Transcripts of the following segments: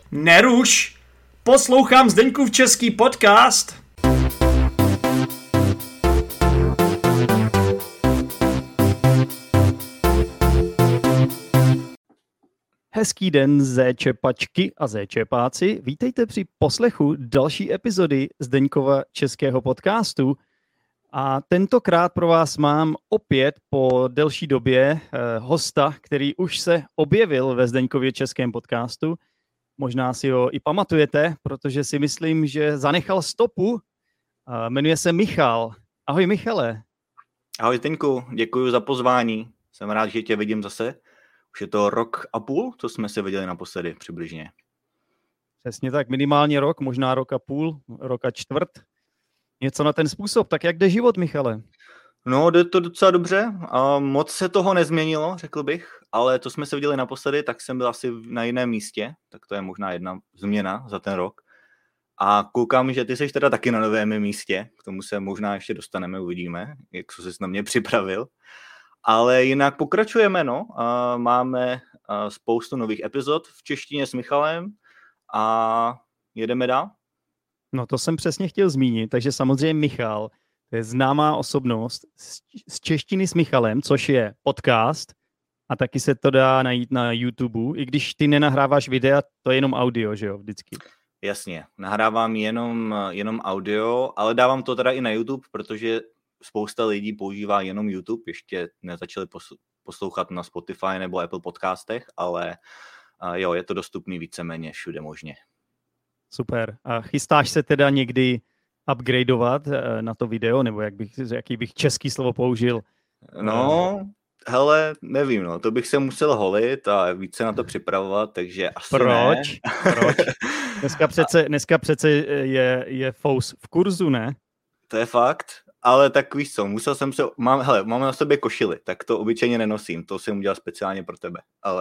Neruš! Poslouchám Zdeňkův český podcast. Hezký den, zéčepačky a zéčepáci. Vítejte při poslechu další epizody Zdeňkova českého podcastu. A tentokrát pro vás mám opět po delší době hosta, který už se objevil ve Zdeňkově českém podcastu. Možná si ho i pamatujete, protože si myslím, že zanechal stopu. Jmenuje se Michal. Ahoj Michale. Ahoj Zdeňku, děkuji za pozvání. Jsem rád, že tě vidím zase. Už je to rok a půl, co jsme se viděli naposledy přibližně. Přesně tak, minimálně rok, možná rok a půl, rok a čtvrt. Něco na ten způsob. Tak jak jde život, Michale? No, jde to docela dobře. Moc se toho nezměnilo, řekl bych, ale to jsme se viděli naposledy, tak jsem byl asi na jiném místě, tak to je možná jedna změna za ten rok. A koukám, že ty jsi teda taky na novém místě, k tomu se možná ještě dostaneme, uvidíme, jak jsi na mě připravil. Ale jinak pokračujeme, no. Máme spoustu nových epizod v češtině s Michalem a jedeme dál. No to jsem přesně chtěl zmínit, takže samozřejmě Michal, to je známá osobnost z češtiny s Michalem, což je podcast a taky se to dá najít na YouTube, i když ty nenahráváš videa, to je jenom audio, že jo, vždycky. Jasně, nahrávám jenom audio, ale dávám to teda i na YouTube, protože spousta lidí používá jenom YouTube, ještě nezačali poslouchat na Spotify nebo Apple podcastech, ale jo, je to dostupný víceméně všude možně. Super. A chystáš se teda někdy upgradeovat na to video, nebo jaký bych český slovo použil? No, hele, nevím, no, to bych se musel holit a více na to připravovat, takže asi Proč? ne. Proč? Dneska přece je fous v kurzu, ne? To je fakt, ale tak víš co, mám na sobě košili, tak to obyčejně nenosím, to jsem udělal speciálně pro tebe, ale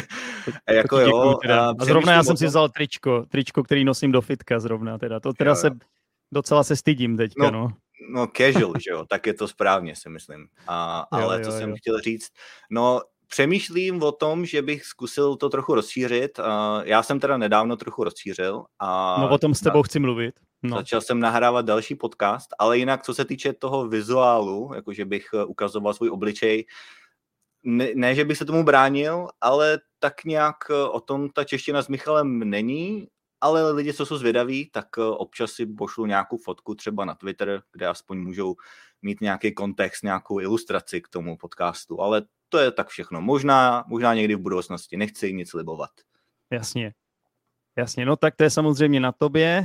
jako jo. A zrovna já jsem si vzal tričko, který nosím do fitka zrovna, teda, to teda jo. Docela se stydím teďka, no. No casual, že jo, tak je to správně, si myslím, ale co jsem chtěl říct, no přemýšlím o tom, že bych zkusil to trochu rozšířit, já jsem teda nedávno trochu rozšířil. No o tom s tebou chci mluvit. No. Začal jsem nahrávat další podcast, ale jinak, co se týče toho vizuálu, jakože bych ukazoval svůj obličej, ne, že bych se tomu bránil, ale tak nějak o tom ta čeština s Michalem není, ale lidi, co jsou zvědaví, tak občas si pošlu nějakou fotku třeba na Twitter, kde aspoň můžou mít nějaký kontext, nějakou ilustraci k tomu podcastu, ale to je tak všechno. Možná někdy v budoucnosti, nechci nic slibovat. Jasně, no tak to je samozřejmě na tobě,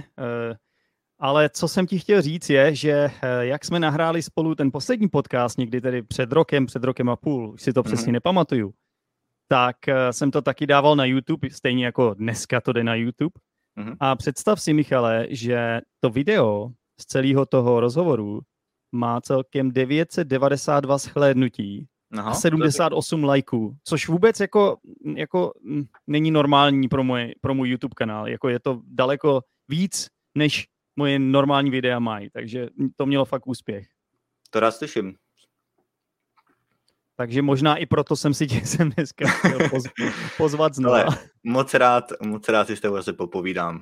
ale co jsem ti chtěl říct je, že jak jsme nahráli spolu ten poslední podcast někdy tedy před rokem a půl, už si to přesně nepamatuju, tak jsem to taky dával na YouTube, stejně jako dneska to jde na YouTube. A představ si, Michale, že to video z celého toho rozhovoru má celkem 992 shlédnutí a 78 lajků, což vůbec jako není normální pro můj YouTube kanál. Jako je to daleko víc, než moje normální videa mají, takže to mělo fakt úspěch. To rád slyším. Takže možná i proto jsem si tě sem dneska chtěl pozvat znovu. Moc rád si s tebou zase popovídám.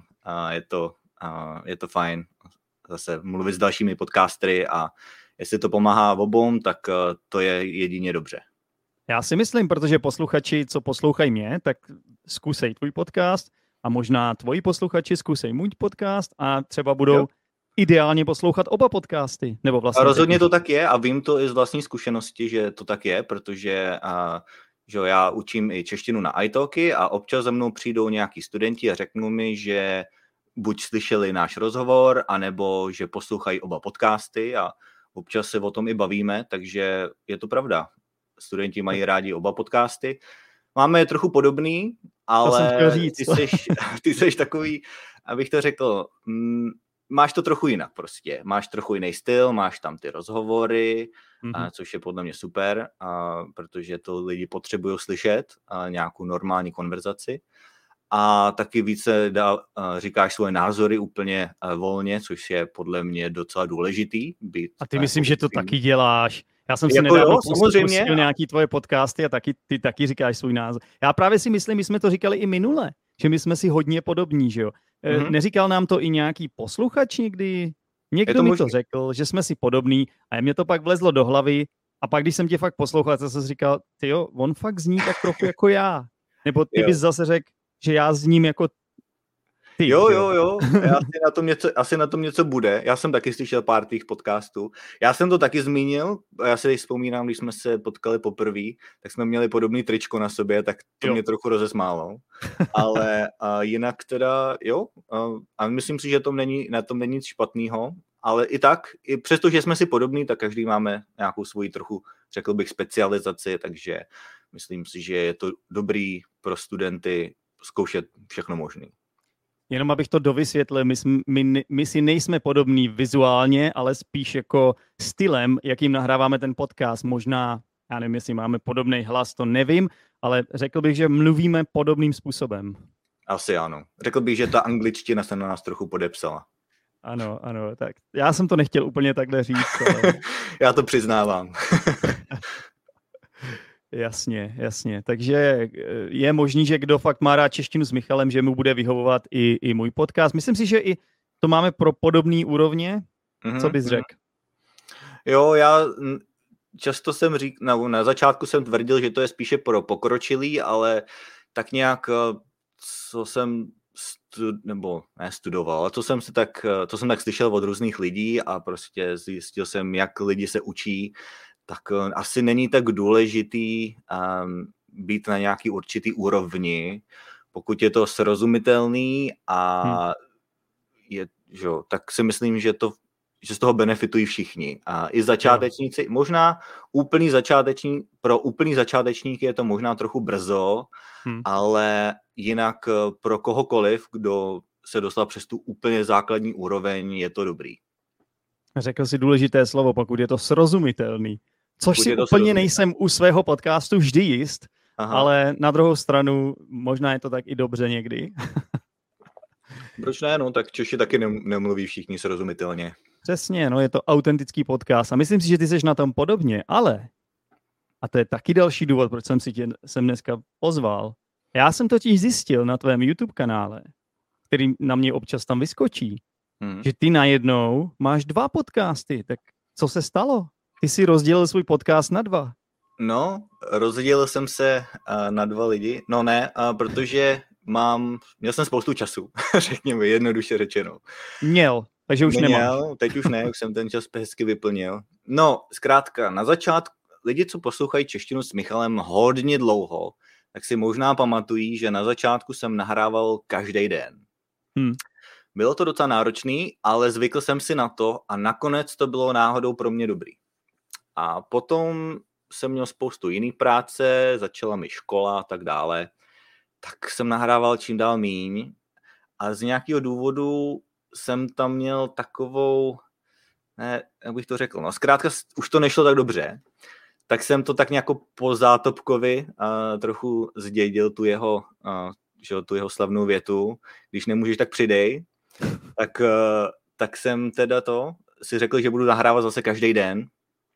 Je to fajn zase mluvit s dalšími podcastery a jestli to pomáhá obou, tak to je jedině dobře. Já si myslím, protože posluchači, co poslouchají mě, tak zkusej tvůj podcast a možná tvoji posluchači zkusej můj podcast a třeba budou ideálně poslouchat oba podcasty. Nebo vlastně a rozhodně to tak je a vím to i z vlastní zkušenosti, že to tak je, protože že já učím i češtinu na iTalky a občas za mnou přijdou nějaký studenti a řeknou mi, že buď slyšeli náš rozhovor, anebo že poslouchají oba podcasty a občas se o tom i bavíme, takže je to pravda. Studenti mají rádi oba podcasty. Máme je trochu podobný, ale ty seš takový, abych to řekl, máš to trochu jinak prostě. Máš trochu jiný styl, máš tam ty rozhovory, což je podle mě super, protože to lidi potřebují slyšet, nějakou normální konverzaci. A taky více říkáš svoje názory úplně volně, což je podle mě docela důležitý. A ty myslím, že to taky děláš. Já jsem si nedávno pustil nějaký tvoje podcasty a ty taky říkáš svůj názor. Já právě si myslím, my jsme to říkali i minule, že my jsme si hodně podobní, že jo. Neříkal nám to i nějaký posluchač někdy? Někdo mi to řekl, že jsme si podobní a mě to pak vlezlo do hlavy a pak, když jsem tě fakt poslouchal, tak jsem si říkal, tyjo, on fakt zní tak trochu jako já. Nebo ty bys zase řekl, že já zním jako ty. Jo. Asi na tom něco bude. Já jsem taky slyšel pár těch podcastů. Já jsem to taky zmínil. Já si vzpomínám, když jsme se potkali poprvé, tak jsme měli podobný tričko na sobě, tak to mě trochu rozesmálo. Ale jinak teda, a myslím si, že na tom není nic špatného. Ale i tak, i přesto, že jsme si podobní, tak každý máme nějakou svoji trochu, řekl bych, specializaci, takže myslím si, že je to dobrý pro studenty zkoušet všechno možné. Jenom abych to dovysvětlil, my si nejsme podobní vizuálně, ale spíš jako stylem, jakým nahráváme ten podcast. Možná, já nevím, jestli máme podobný hlas, to nevím, ale řekl bych, že mluvíme podobným způsobem. Asi ano. Řekl bych, že ta angličtina se na nás trochu podepsala. Ano, tak já jsem to nechtěl úplně takhle říct. Ale... Já to přiznávám. Jasně. Takže je možný, že kdo fakt má rád češtinu s Michalem, že mu bude vyhovovat i můj podcast. Myslím si, že i to máme pro podobné úrovně. Co bys řekl? Jo, já často jsem říkal, na začátku jsem tvrdil, že to je spíše pro pokročilý, ale tak nějak, co jsem studoval, ale to jsem tak slyšel od různých lidí a prostě zjistil jsem, jak lidi se učí, tak asi není tak důležitý být na nějaký určitý úrovni, pokud je to srozumitelný a tak si myslím, že z toho benefitují všichni. A i začátečníci, možná pro úplný začátečníky je to možná trochu brzo, ale jinak pro kohokoliv, kdo se dostal přes tu úplně základní úroveň, je to dobrý. Řekl si důležité slovo, pokud je to srozumitelný. Což si úplně nejsem u svého podcastu vždy jist, ale na druhou stranu možná je to tak i dobře někdy. Proč ne? No, tak Češi taky nemluví všichni srozumitelně. Přesně, je to autentický podcast a myslím si, že ty seš na tom podobně, ale, a to je taky další důvod, proč jsem si tě sem dneska pozval, já jsem totiž zjistil na tvém YouTube kanále, který na mě občas tam vyskočí, že ty najednou máš 2 podcasty, tak co se stalo? Ty jsi rozdělil svůj podcast na 2. No, rozdělil jsem se na 2 lidi. No ne, protože měl jsem spoustu času, řekněme, jednoduše řečeno. Takže už nemáš. Teď už ne, už jsem ten čas hezky vyplnil. No, zkrátka, na začátku, lidi, co poslouchají češtinu s Michalem hodně dlouho, tak si možná pamatují, že na začátku jsem nahrával každý den. Bylo to docela náročný, ale zvykl jsem si na to a nakonec to bylo náhodou pro mě dobrý. A potom jsem měl spoustu jiný práce, začala mi škola a tak dále, tak jsem nahrával čím dál míň a z nějakého důvodu jsem tam měl takovou, jak bych to řekl, no zkrátka už to nešlo tak dobře, tak jsem to tak nějak po Zátopkovi trochu zdědil tu jeho slavnou větu, když nemůžeš, tak přidej, tak jsem teda si řekl, že budu nahrávat zase každý den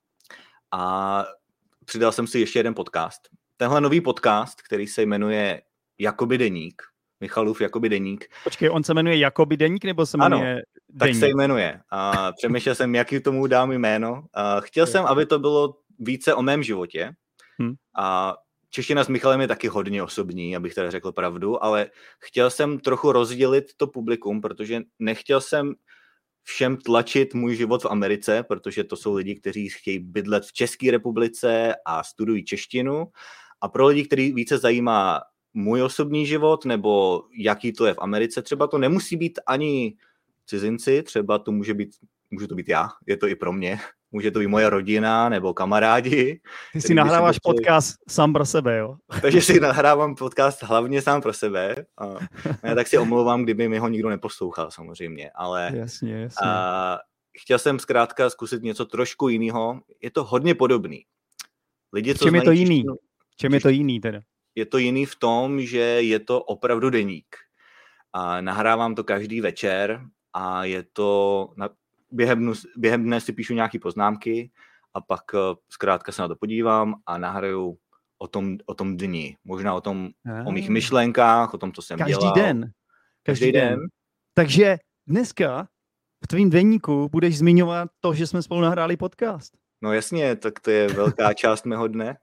a přidal jsem si ještě jeden podcast. Tenhle nový podcast, který se jmenuje Jakoby deník, Michalův Jakoby deník. Počkej, on se jmenuje Jakoby deník, nebo se jmenuje deník? Tak se jmenuje. A přemýšlel jsem, jaký tomu dám jméno. Chtěl jsem, aby to bylo více o mém životě. A čeština s Michalem je taky hodně osobní, abych teda řekl pravdu, ale chtěl jsem trochu rozdělit to publikum, protože nechtěl jsem všem tlačit můj život v Americe, protože to jsou lidi, kteří chtějí bydlet v České republice a studují češtinu. A pro lidi, který více zajímá můj osobní život, nebo jaký to je v Americe, třeba to nemusí být ani cizinci, třeba to může to být já, je to i pro mě, může to být moje rodina nebo kamarádi. Ty si nahráváš podcast sám pro sebe, jo? Takže si nahrávám podcast hlavně sám pro sebe. A tak si omlouvám, kdyby mi ho nikdo neposlouchal samozřejmě, ale jasně. Chtěl jsem zkrátka zkusit něco trošku jiného. Je to hodně podobný. Lidi, v čem je to jiný? V čem je to jiný teda? Je to jiný v tom, že je to opravdu deník. A nahrávám to každý večer a je to během dne si píšu nějaké poznámky a pak zkrátka se na to podívám a nahraju o tom dni. Možná o mých myšlenkách, o tom, co jsem dělal. Každý den. Takže dneska v tvým deníku budeš zmiňovat to, že jsme spolu nahráli podcast. No jasně, tak to je velká část mého dne.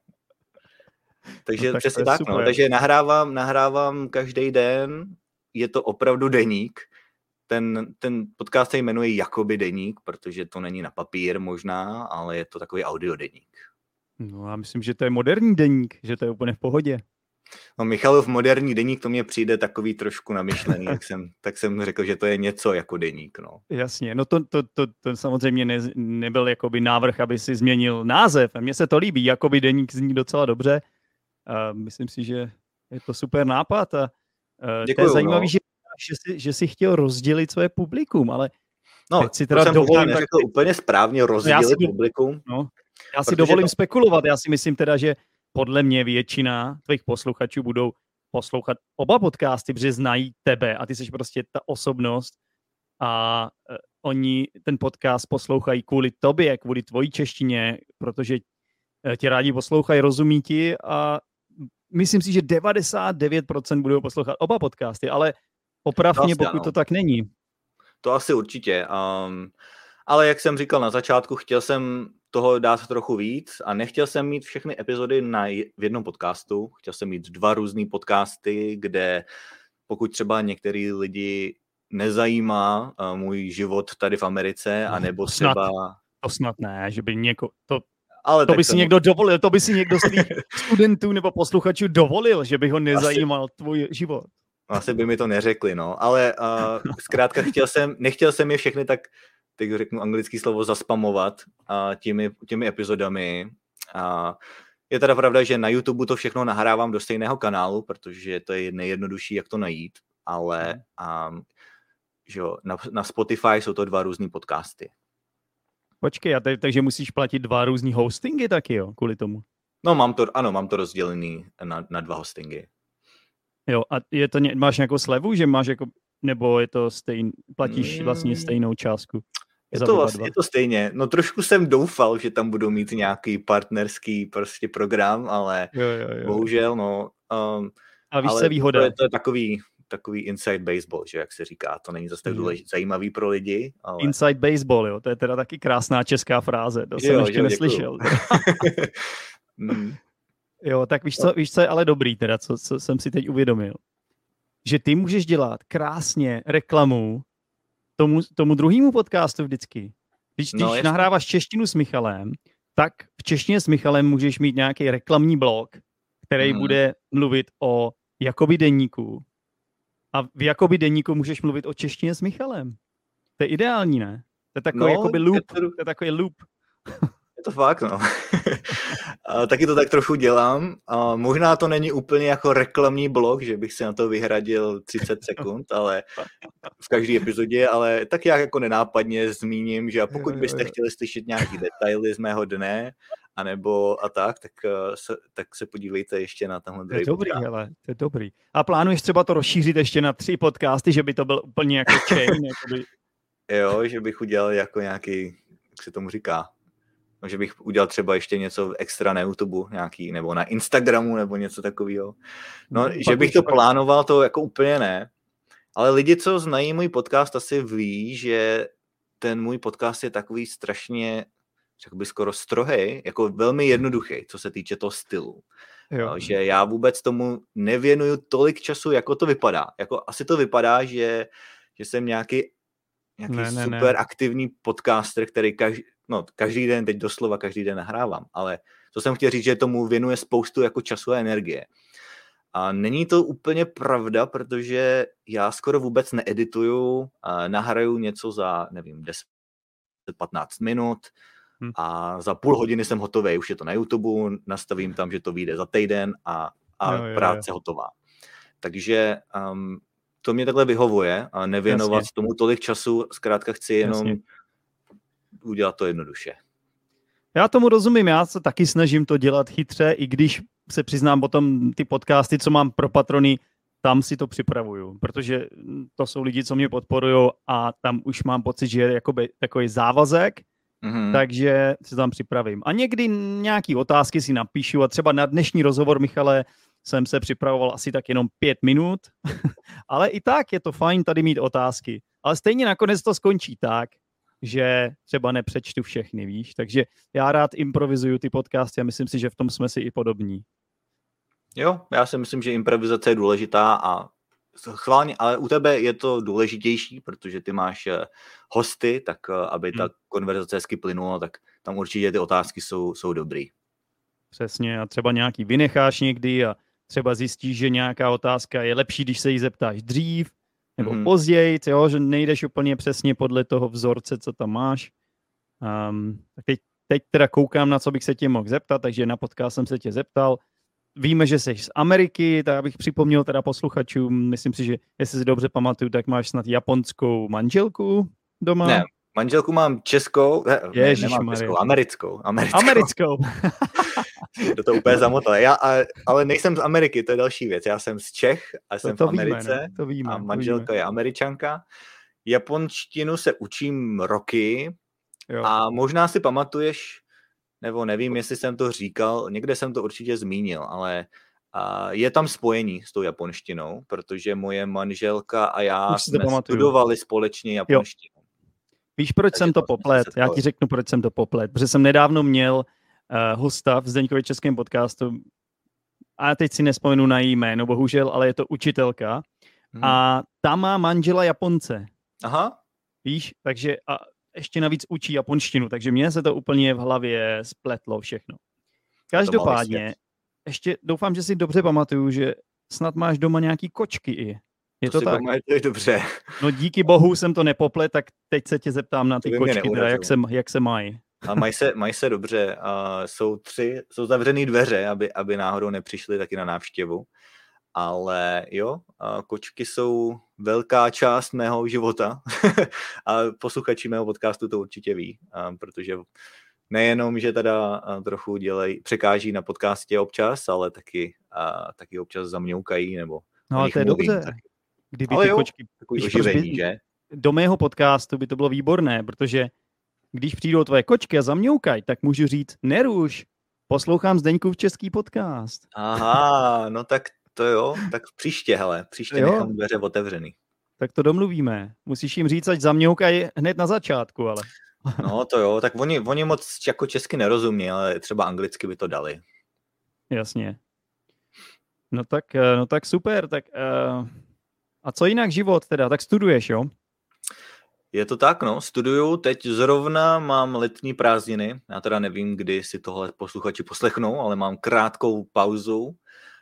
Takže no, přesně tak, no. Takže nahrávám každý den, je to opravdu deník. Ten podcast se jmenuje jakoby deník, protože to není na papír možná, ale je to takový audiodeník. No já myslím, že to je moderní deník, že to je úplně v pohodě. No Michalův moderní deník, to mě přijde takový trošku namyšlený, tak jsem řekl, že to je něco jako deník. No. Jasně, no to samozřejmě nebyl jakoby návrh, aby si změnil název. A mně se to líbí, jakoby deník zní docela dobře. Myslím si, že je to super nápad a děkuju, to je zajímavý, no. že jsi chtěl rozdělit své publikum, ale no, si teda to jsem dovolím, neřekl úplně správně rozdělit publikum. No, já si dovolím spekulovat, já si myslím teda, že podle mě většina tvých posluchačů budou poslouchat oba podcasty, protože znají tebe a ty jsi prostě ta osobnost a oni ten podcast poslouchají kvůli tobě, kvůli tvojí češtině, protože tě rádi poslouchají, rozumí ti a myslím si, že 99% budou poslouchat oba podcasty, ale opravně, pokud to tak není. To asi určitě. Ale jak jsem říkal na začátku, chtěl jsem toho dát trochu víc a nechtěl jsem mít všechny epizody v jednom podcastu. Chtěl jsem mít 2 různý podcasty, kde pokud třeba některý lidi nezajímá můj život tady v Americe, anebo třeba... To snad ne, že by to by si někdo z těch studentů nebo posluchačů dovolil, že by ho nezajímal tvůj život. Asi by mi to neřekli, no. Ale zkrátka nechtěl jsem je všechny tak, teď řeknu anglické slovo, zaspamovat těmi epizodami. Je teda pravda, že na YouTube to všechno nahrávám do stejného kanálu, protože to je nejjednodušší, jak to najít, ale že jo, na Spotify jsou to 2 různý podcasty. Počkej, takže musíš platit 2 různý hostingy taky, jo, kvůli tomu? No, mám to rozdělený na 2 hostingy. Jo, a máš nějakou slevu, že máš jako, nebo je to platíš vlastně stejnou částku? Je to stejně. No trošku jsem doufal, že tam budou mít nějaký partnerský prostě program, ale jo. Bohužel, no. A víš, co je výhoda? To je takový inside baseball, že jak se říká, to není zase tak zajímavý pro lidi. Ale... Inside baseball, jo, to je teda taky krásná česká fráze, to jsem ještě neslyšel. Jo, tak víš, co je ale dobrý teda, co jsem si teď uvědomil. Že ty můžeš dělat krásně reklamu tomu druhému podcastu vždycky. Když nahráváš češtinu s Michalem, tak v češtině s Michalem můžeš mít nějaký reklamní blog, který bude mluvit o jakoby deníku. A v jakoby deníku můžeš mluvit o češtině s Michalem. To je ideální, ne? To je takový jakoby loop. To je takový loop. Je to fakt, no. Taky to tak trochu dělám. Možná to není úplně jako reklamní blog, že bych si na to vyhradil 30 sekund, ale v každé epizodě, ale tak já jako nenápadně zmíním, že pokud byste chtěli slyšet nějaký detaily z mého dne, anebo tak se podívejte ještě na tenhle druhý podcast. To je dobrý. A plánuješ třeba to rozšířit ještě na 3 podcasty, že by to byl úplně jako chain? Jo, že bych udělal jako nějaký, jak se tomu říká, že bych udělal třeba ještě něco extra na YouTube nějaký, nebo na Instagramu, nebo něco takového. No, že bych to plánoval, to jako úplně ne. Ale lidi, co znají můj podcast, asi ví, že ten můj podcast je takový strašně, řekl bych skoro strohej, jako velmi jednoduchý, co se týče toho stylu. Jo. Že já vůbec tomu nevěnuju tolik času, jako to vypadá. Jako asi to vypadá, že jsem nějaký super aktivní podcaster, který každý den, teď doslova každý den nahrávám, ale to jsem chtěl říct, že tomu věnuje spoustu jako času a energie. A není to úplně pravda, protože já skoro vůbec needituju, nahraju něco za, nevím, 10-15 minut a za půl hodiny jsem hotový, už je to na YouTube, nastavím tam, že to vyjde za týden a práce hotová. Takže to mě takhle vyhovuje a nevěnovat tomu tolik času, zkrátka chci jenom udělat to jednoduše. Já tomu rozumím, já se taky snažím to dělat chytře, i když se přiznám potom ty podcasty, co mám pro patrony, tam si to připravuju, protože to jsou lidi, co mě podporují a tam už mám pocit, že je jakoby takový závazek takže si tam připravím. A někdy nějaký otázky si napíšu a třeba na dnešní rozhovor, Michale, jsem se připravoval asi tak jenom 5 minut, ale i tak je to fajn tady mít otázky. Ale stejně nakonec to skončí tak, že třeba nepřečtu všechny, víš? Takže já rád improvizuju ty podcasty a myslím si, že v tom jsme si i podobní. Jo, já si myslím, že improvizace je důležitá a schválně, ale u tebe je to důležitější, protože ty máš hosty, tak aby ta konverzace hezky plynula, tak tam určitě ty otázky jsou dobrý. Přesně, a třeba nějaký vynecháš někdy a třeba zjistíš, že nějaká otázka je lepší, když se jí zeptáš dřív nebo později, jo, že nejdeš úplně přesně podle toho vzorce, co tam máš. Tak teď teda koukám, na co bych se tě mohl zeptat, takže na podcast jsem se tě zeptal. Víme, že jsi z Ameriky, tak abych připomněl teda posluchačům, myslím si, že jestli si dobře pamatuju, tak máš snad japonskou manželku doma? Ne, manželku mám českou, nemám českou, americkou. To úplně zamotal. Ale nejsem z Ameriky, to je další věc. Já jsem z Čech a jsem v Americe a manželka je Američanka. Japonštinu se učím roky a možná si pamatuješ, nebo nevím, jestli jsem to říkal, někde jsem to určitě zmínil, ale je tam spojení s tou japonštinou, protože moje manželka a já jsme studovali společně japonštinu. Víš, proč jsem to poplet? Já ti řeknu, proč jsem to poplet. Protože jsem nedávno měl hosta v Zdeňkově českém podcastu a teď si nespomenu na její jméno, bohužel, ale je to učitelka a ta má manžela Japonce. Aha. Víš, takže a ještě navíc učí japonštinu, takže mně se to úplně v hlavě spletlo všechno. Každopádně, ještě doufám, že si dobře pamatuju, že snad máš doma nějaký kočky i. Je to tak? To je dobře. No díky bohu jsem to nepoplet, tak teď se tě zeptám na ty kočky, teda, jak se mají. A mají se dobře. Jsou zavřený dveře, aby náhodou nepřišli taky na návštěvu. Ale jo, kočky jsou velká část mého života a posluchači mého podcastu to určitě ví, protože nejenom, že teda trochu překáží na podcastě občas, ale taky občas zamňoukají nebo no, ale to je mluvím, dobře. taky. Kdyby ale ty jo, kočky... takový oživení, že? Do mého podcastu by to bylo výborné, protože když přijdou tvoje kočky a zamňoukají, tak můžu říct, neruš, poslouchám Zdeňkův český podcast. Aha, no tak to jo, tak příště nechám dveře otevřený. Tak to domluvíme. Musíš jim říct, ať zamňoukají hned na začátku, ale... No to jo, tak oni moc jako česky nerozumí, ale třeba anglicky by to dali. Jasně. No tak super, tak a co jinak život teda? Tak studuješ, jo? Je to tak, no, studuju, teď zrovna mám letní prázdniny, já teda nevím, kdy si tohle posluchači poslechnou, ale mám krátkou pauzu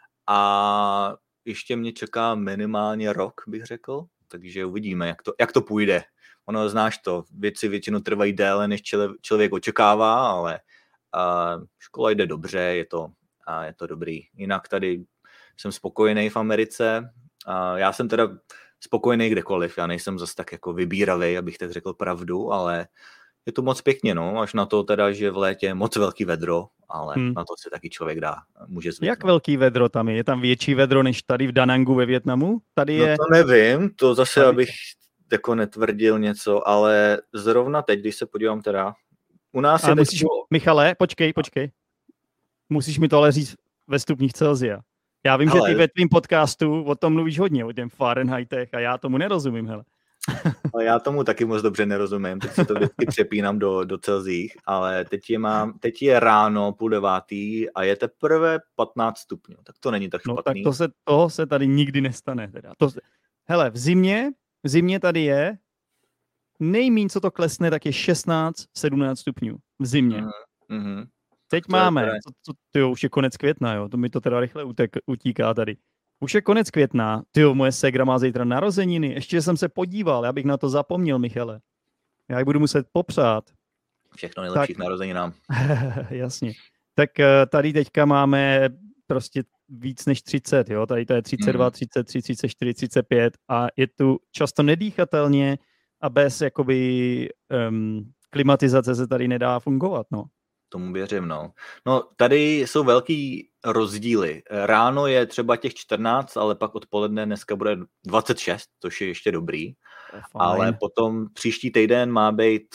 a ještě mě čeká minimálně rok, bych řekl, takže uvidíme, jak to půjde. Ono, znáš to, věci většinou trvají déle, než člověk očekává, ale škola jde dobře, je to dobrý. Jinak tady jsem spokojený v Americe, já jsem teda spokojený kdekoliv, já nejsem zase tak jako vybíravý, abych tak řekl pravdu, ale je to moc pěkně, no, až na to teda, že v létě je moc velký vedro, ale na to se taky člověk může zvyknout. Jak velký vedro tam je? Je tam větší vedro než tady v Danangu ve Vietnamu? Tady je... No to nevím, to zase tady... abych jako netvrdil něco, ale zrovna teď, když se podívám teda, u nás je teď... Michale, počkej. Musíš mi to ale říct ve stupních Celsia. Já vím, že ty ve tvým podcastu o tom mluvíš hodně, o těm Fahrenheitech a já tomu nerozumím, hele. Ale já tomu taky moc dobře nerozumím, teď si to vždycky přepínám do Celzích, ale teď je ráno 8:30 a je teprve 15 stupňů, tak to není tak špatný. No tak toho se tady nikdy nestane. Teda. Hele, v zimě tady je, nejmíň co to klesne, tak je 16-17 stupňů v zimě. Mm-hmm. Teď máme, už je konec května, jo, to mi to teda rychle utíká tady. Už je konec května, moje ségra má zítra narozeniny, ještě jsem se podíval, já bych na to zapomněl, Michale. Já ji budu muset popřát. Všechno nejlepších narozeninám. Jasně. Tak tady teďka máme prostě víc než 30, jo, tady to je 32, 33, 34, 35 a je tu často nedýchatelně a bez jakoby klimatizace se tady nedá fungovat, no. Tomu věřím, no. No, tady jsou velký rozdíly. Ráno je třeba těch 14, ale pak odpoledne dneska bude 26, což je ještě dobrý. Ale potom příští týden má být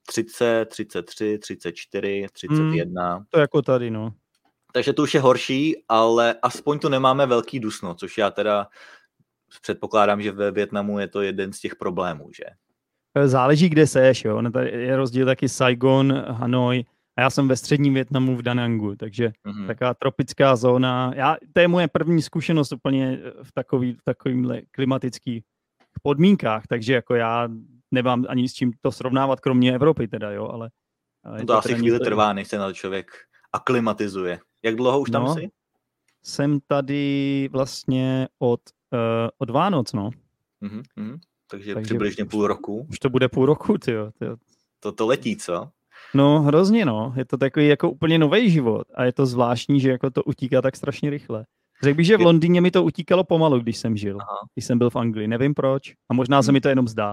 30, 33, 34, 31. To jako tady, no. Takže to už je horší, ale aspoň tu nemáme velký dusno, což já teda předpokládám, že ve Vietnamu je to jeden z těch problémů, že? Záleží, kde seš, jo. Tady je rozdíl taky Saigon, Hanoi a já jsem ve středním Vietnamu v Da Nangu, takže taková tropická zóna. To je moje první zkušenost úplně v takovýmhle klimatických podmínkách, takže jako já nemám ani s čím to srovnávat, kromě Evropy teda, jo, ale to asi chvíli trvá, než se na to člověk aklimatizuje. Jak dlouho už tam jsi? Jsem tady vlastně od Vánoc, no. Takže přibližně půl roku. Už to bude půl roku, tyjo. To letí, co? No, hrozně, no. Je to takový jako úplně nový život a je to zvláštní, že jako to utíká tak strašně rychle. Řekl bych, že v Londýně mi to utíkalo pomalu, když jsem žil. Aha. Když jsem byl v Anglii. Nevím proč. A možná se mi to jenom zdá.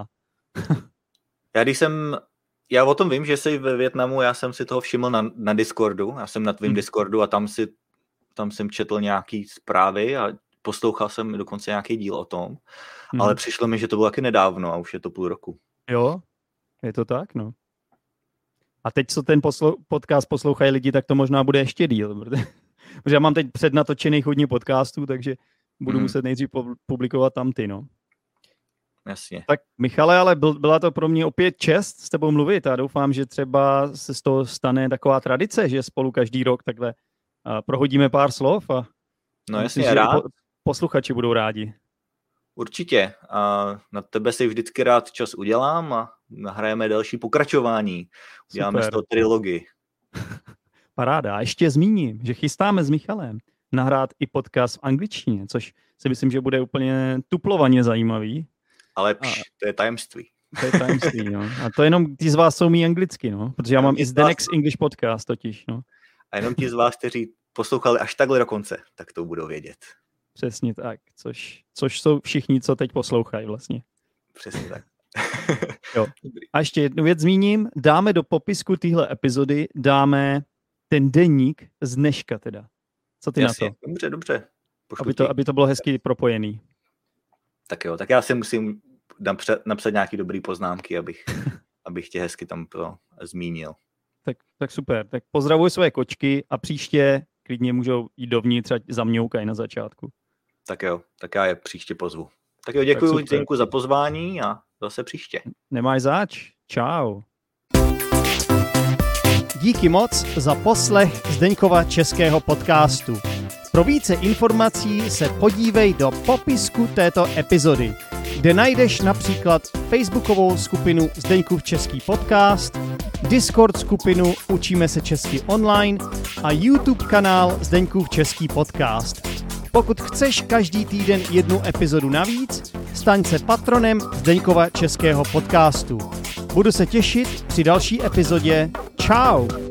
Já o tom vím, že jsi ve Vietnamu, já jsem si toho všiml na Discordu. Já jsem na tvým Discordu a tam jsem četl nějaký zprávy a poslouchal jsem dokonce nějaký díl o tom. Ale přišlo mi, že to bylo taky nedávno a už je to půl roku. Jo, je to tak, no. A teď, co ten podcast poslouchají lidi, tak to možná bude ještě díl, protože já mám teď přednatočených hodně podcastů, takže budu muset nejdřív publikovat tam ty, no. Jasně. Tak Michale, ale byla to pro mě opět čest s tebou mluvit a doufám, že třeba se z toho stane taková tradice, že spolu každý rok takhle prohodíme pár slov a jasně, rád. Posluchači budou rádi. Určitě. A na tebe si vždycky rád čas udělám a nahrajeme další pokračování. Uděláme z toho trilogii. Paráda. A ještě zmíním, že chystáme s Michalem nahrát i podcast v angličtině, což si myslím, že bude úplně tuplovaně zajímavý. Ale to je tajemství. To je tajemství, no. A to jenom ti z vás jsou mý anglicky, no. Protože já mám i Zdeněk's English podcast totiž, no. A jenom ti z vás, kteří poslouchali až takhle do konce, tak to budou vědět. Přesně tak, což jsou všichni, co teď poslouchají vlastně. Přesně tak. Jo. A ještě jednu věc zmíním, dáme do popisku téhle epizody, dáme ten deník z dneška teda. Co ty Jasně, na to? Dobře. Aby to bylo hezky propojený. Tak jo, tak já si musím napsat nějaký dobrý poznámky, abych tě hezky tam zmínil. Tak super, tak pozdravuj své kočky a příště klidně můžou jít dovnitř a zamňoukají na začátku. Tak jo, tak já je příště pozvu. Tak jo, děkuji Zdeňku za pozvání a zase příště. Nemáš zač. Čau. Díky moc za poslech Zdeňkova českého podcastu. Pro více informací se podívej do popisku této epizody, kde najdeš například facebookovou skupinu Zdeňkův český podcast, Discord skupinu Učíme se česky online a YouTube kanál Zdeňkův český podcast. Pokud chceš každý týden jednu epizodu navíc, staň se patronem Zdeňkova českého podcastu. Budu se těšit při další epizodě. Čau!